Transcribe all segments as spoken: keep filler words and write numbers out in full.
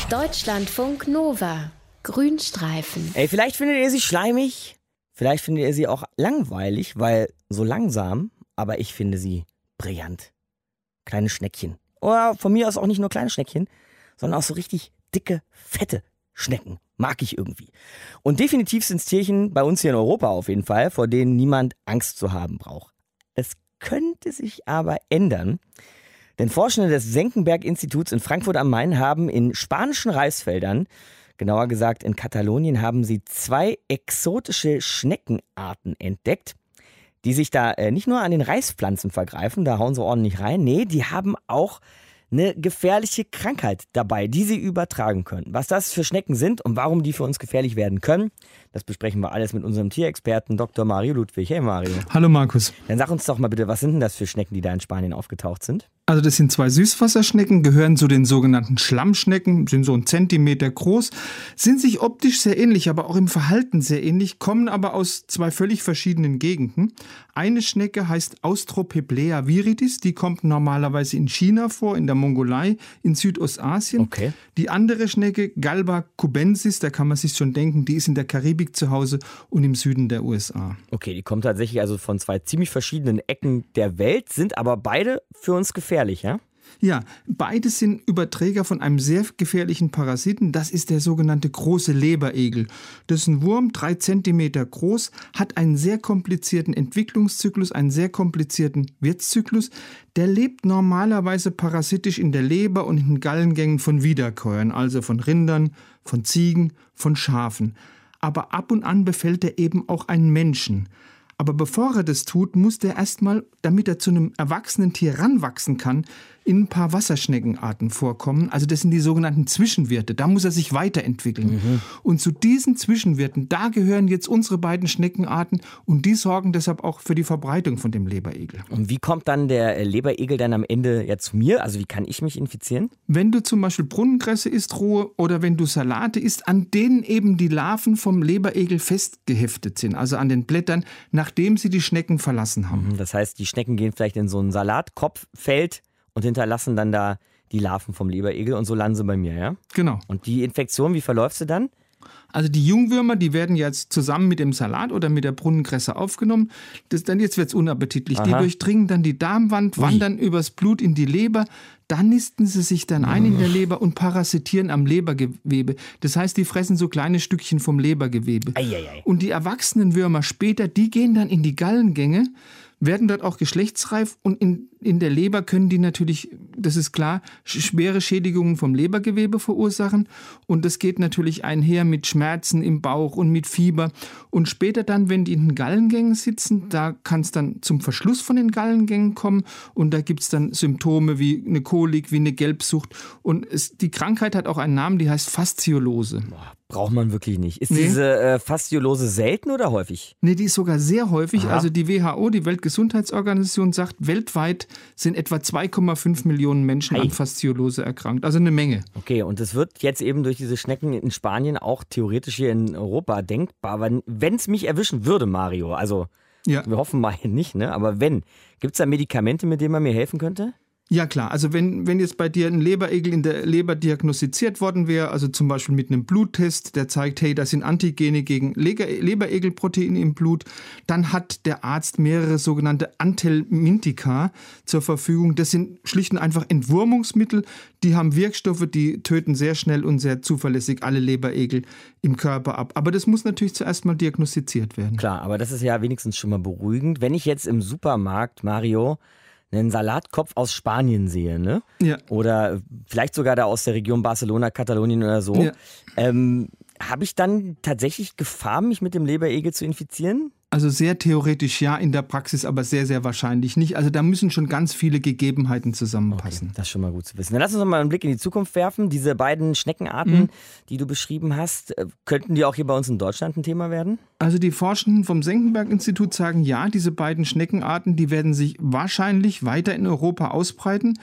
Deutschlandfunk Nova. Grünstreifen. Ey, vielleicht findet ihr sie schleimig, vielleicht findet ihr sie auch langweilig, weil so langsam, aber ich finde sie brillant. Kleine Schneckchen. Oder von mir aus auch nicht nur kleine Schneckchen, sondern auch so richtig dicke, fette Schnecken. Mag ich irgendwie. Und definitiv sind es Tierchen, bei uns hier in Europa auf jeden Fall, vor denen niemand Angst zu haben braucht. Es könnte sich aber ändern. Denn Forschende des Senckenberg-Instituts in Frankfurt am Main haben in spanischen Reisfeldern, genauer gesagt in Katalonien, haben sie zwei exotische Schneckenarten entdeckt, die sich da äh, nicht nur an den Reispflanzen vergreifen, da hauen sie ordentlich rein, nee, die haben auch eine gefährliche Krankheit dabei, die sie übertragen können. Was das für Schnecken sind und warum die für uns gefährlich werden können, das besprechen wir alles mit unserem Tierexperten Doktor Mario Ludwig. Hey Mario. Hallo Markus. Dann sag uns doch mal bitte, was sind denn das für Schnecken, die da in Spanien aufgetaucht sind? Also das sind zwei Süßwasserschnecken, gehören zu den sogenannten Schlammschnecken, sind so einen Zentimeter groß, sind sich optisch sehr ähnlich, aber auch im Verhalten sehr ähnlich, kommen aber aus zwei völlig verschiedenen Gegenden. Eine Schnecke heißt Austropeplea viridis, die kommt normalerweise in China vor, in der Mongolei, in Südostasien. Okay. Die andere Schnecke, Galba cubensis, da kann man sich schon denken, die ist in der Karibik zu Hause und im Süden der U S A. Okay, die kommen tatsächlich also von zwei ziemlich verschiedenen Ecken der Welt, sind aber beide für uns gefährlich, ja? Ja, beide sind Überträger von einem sehr gefährlichen Parasiten. Das ist der sogenannte große Leberegel. Das ist ein Wurm, drei Zentimeter groß, hat einen sehr komplizierten Entwicklungszyklus, einen sehr komplizierten Wirtszyklus. Der lebt normalerweise parasitisch in der Leber und in den Gallengängen von Wiederkäuern, also von Rindern, von Ziegen, von Schafen. Aber ab und an befällt er eben auch einen Menschen. Aber bevor er das tut, muss der erstmal, damit er zu einem erwachsenen Tier ranwachsen kann, in ein paar Wasserschneckenarten vorkommen. Also das sind die sogenannten Zwischenwirte. Da muss er sich weiterentwickeln. Mhm. Und zu diesen Zwischenwirten, da gehören jetzt unsere beiden Schneckenarten und die sorgen deshalb auch für die Verbreitung von dem Leberegel. Und wie kommt dann der Leberegel dann am Ende ja zu mir? Also wie kann ich mich infizieren? Wenn du zum Beispiel Brunnenkresse isst, rohe, oder wenn du Salate isst, an denen eben die Larven vom Leberegel festgeheftet sind, also an den Blättern, nachdem sie die Schnecken verlassen haben. Das heißt, die Schnecken gehen vielleicht in so ein Salatkopffeld und hinterlassen dann da die Larven vom Leberegel und so landen sie bei mir, ja? Genau. Und die Infektion, wie verläuft sie dann? Also die Jungwürmer, die werden jetzt zusammen mit dem Salat oder mit der Brunnenkresse aufgenommen. Das, dann jetzt wird es unappetitlich. Aha. Die durchdringen dann die Darmwand, Ui. wandern übers Blut in die Leber. Dann nisten sie sich dann ein in der Leber und parasitieren am Lebergewebe. Das heißt, die fressen so kleine Stückchen vom Lebergewebe. Eieiei. Und die erwachsenen Würmer später, die gehen dann in die Gallengänge, werden dort auch geschlechtsreif und in, in der Leber können die natürlich, das ist klar, schwere Schädigungen vom Lebergewebe verursachen und das geht natürlich einher mit Schmerzen im Bauch und mit Fieber und später dann, wenn die in den Gallengängen sitzen, da kann es dann zum Verschluss von den Gallengängen kommen und da gibt es dann Symptome wie eine Kolik, wie eine Gelbsucht und es, die Krankheit hat auch einen Namen, die heißt Fasziolose. Boah, braucht man wirklich nicht. Ist nee. diese äh, Fasziolose selten oder häufig? Nee, die ist sogar sehr häufig. Aha. Also die W H O, die Weltgesundheitsorganisation, sagt, weltweit sind etwa zwei Komma fünf Millionen Menschen Ei. an Fasziolose erkrankt. Also eine Menge. Okay, und das wird jetzt eben durch diese Schnecken in Spanien auch theoretisch hier in Europa denkbar. Wenn es mich erwischen würde, Mario, also ja. wir hoffen mal nicht, ne? Aber wenn, gibt es da Medikamente, mit denen man mir helfen könnte? Ja klar, also wenn, wenn jetzt bei dir ein Leberegel in der Leber diagnostiziert worden wäre, also zum Beispiel mit einem Bluttest, der zeigt, hey, da sind Antigene gegen Leberegelproteine im Blut, dann hat der Arzt mehrere sogenannte Anthelmintika zur Verfügung. Das sind schlicht und einfach Entwurmungsmittel, die haben Wirkstoffe, die töten sehr schnell und sehr zuverlässig alle Leberegel im Körper ab. Aber das muss natürlich zuerst mal diagnostiziert werden. Klar, aber das ist ja wenigstens schon mal beruhigend. Wenn ich jetzt im Supermarkt, Mario, einen Salatkopf aus Spanien sehe, ne? Ja. Oder vielleicht sogar da aus der Region Barcelona, Katalonien oder so, ja. ähm, habe ich dann tatsächlich Gefahr, mich mit dem Leberegel zu infizieren? Also sehr theoretisch ja, in der Praxis aber sehr, sehr wahrscheinlich nicht. Also da müssen schon ganz viele Gegebenheiten zusammenpassen. Okay, das ist schon mal gut zu wissen. Dann lass uns noch mal einen Blick in die Zukunft werfen. Diese beiden Schneckenarten, mhm. die du beschrieben hast, könnten die auch hier bei uns in Deutschland ein Thema werden? Also die Forschenden vom Senckenberg-Institut sagen, ja, diese beiden Schneckenarten, die werden sich wahrscheinlich weiter in Europa ausbreiten.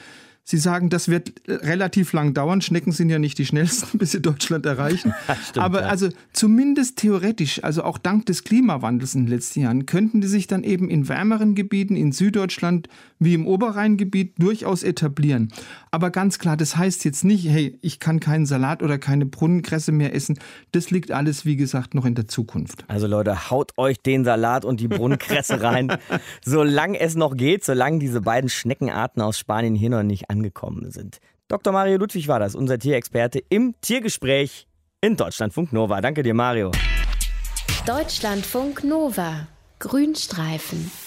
Sie sagen, das wird relativ lang dauern. Schnecken sind ja nicht die schnellsten, bis sie Deutschland erreichen. Stimmt, Aber ja. also zumindest theoretisch, also auch dank des Klimawandels in den letzten Jahren, könnten die sich dann eben in wärmeren Gebieten in Süddeutschland wie im Oberrheingebiet durchaus etablieren. Aber ganz klar, das heißt jetzt nicht, hey, ich kann keinen Salat oder keine Brunnenkresse mehr essen. Das liegt alles, wie gesagt, noch in der Zukunft. Also Leute, haut euch den Salat und die Brunnenkresse rein, solange es noch geht, solange diese beiden Schneckenarten aus Spanien hier noch nicht angekommen sind. Doktor Mario Ludwig war das, unser Tierexperte im Tiergespräch in Deutschlandfunk Nova. Danke dir, Mario. Deutschlandfunk Nova. Grünstreifen.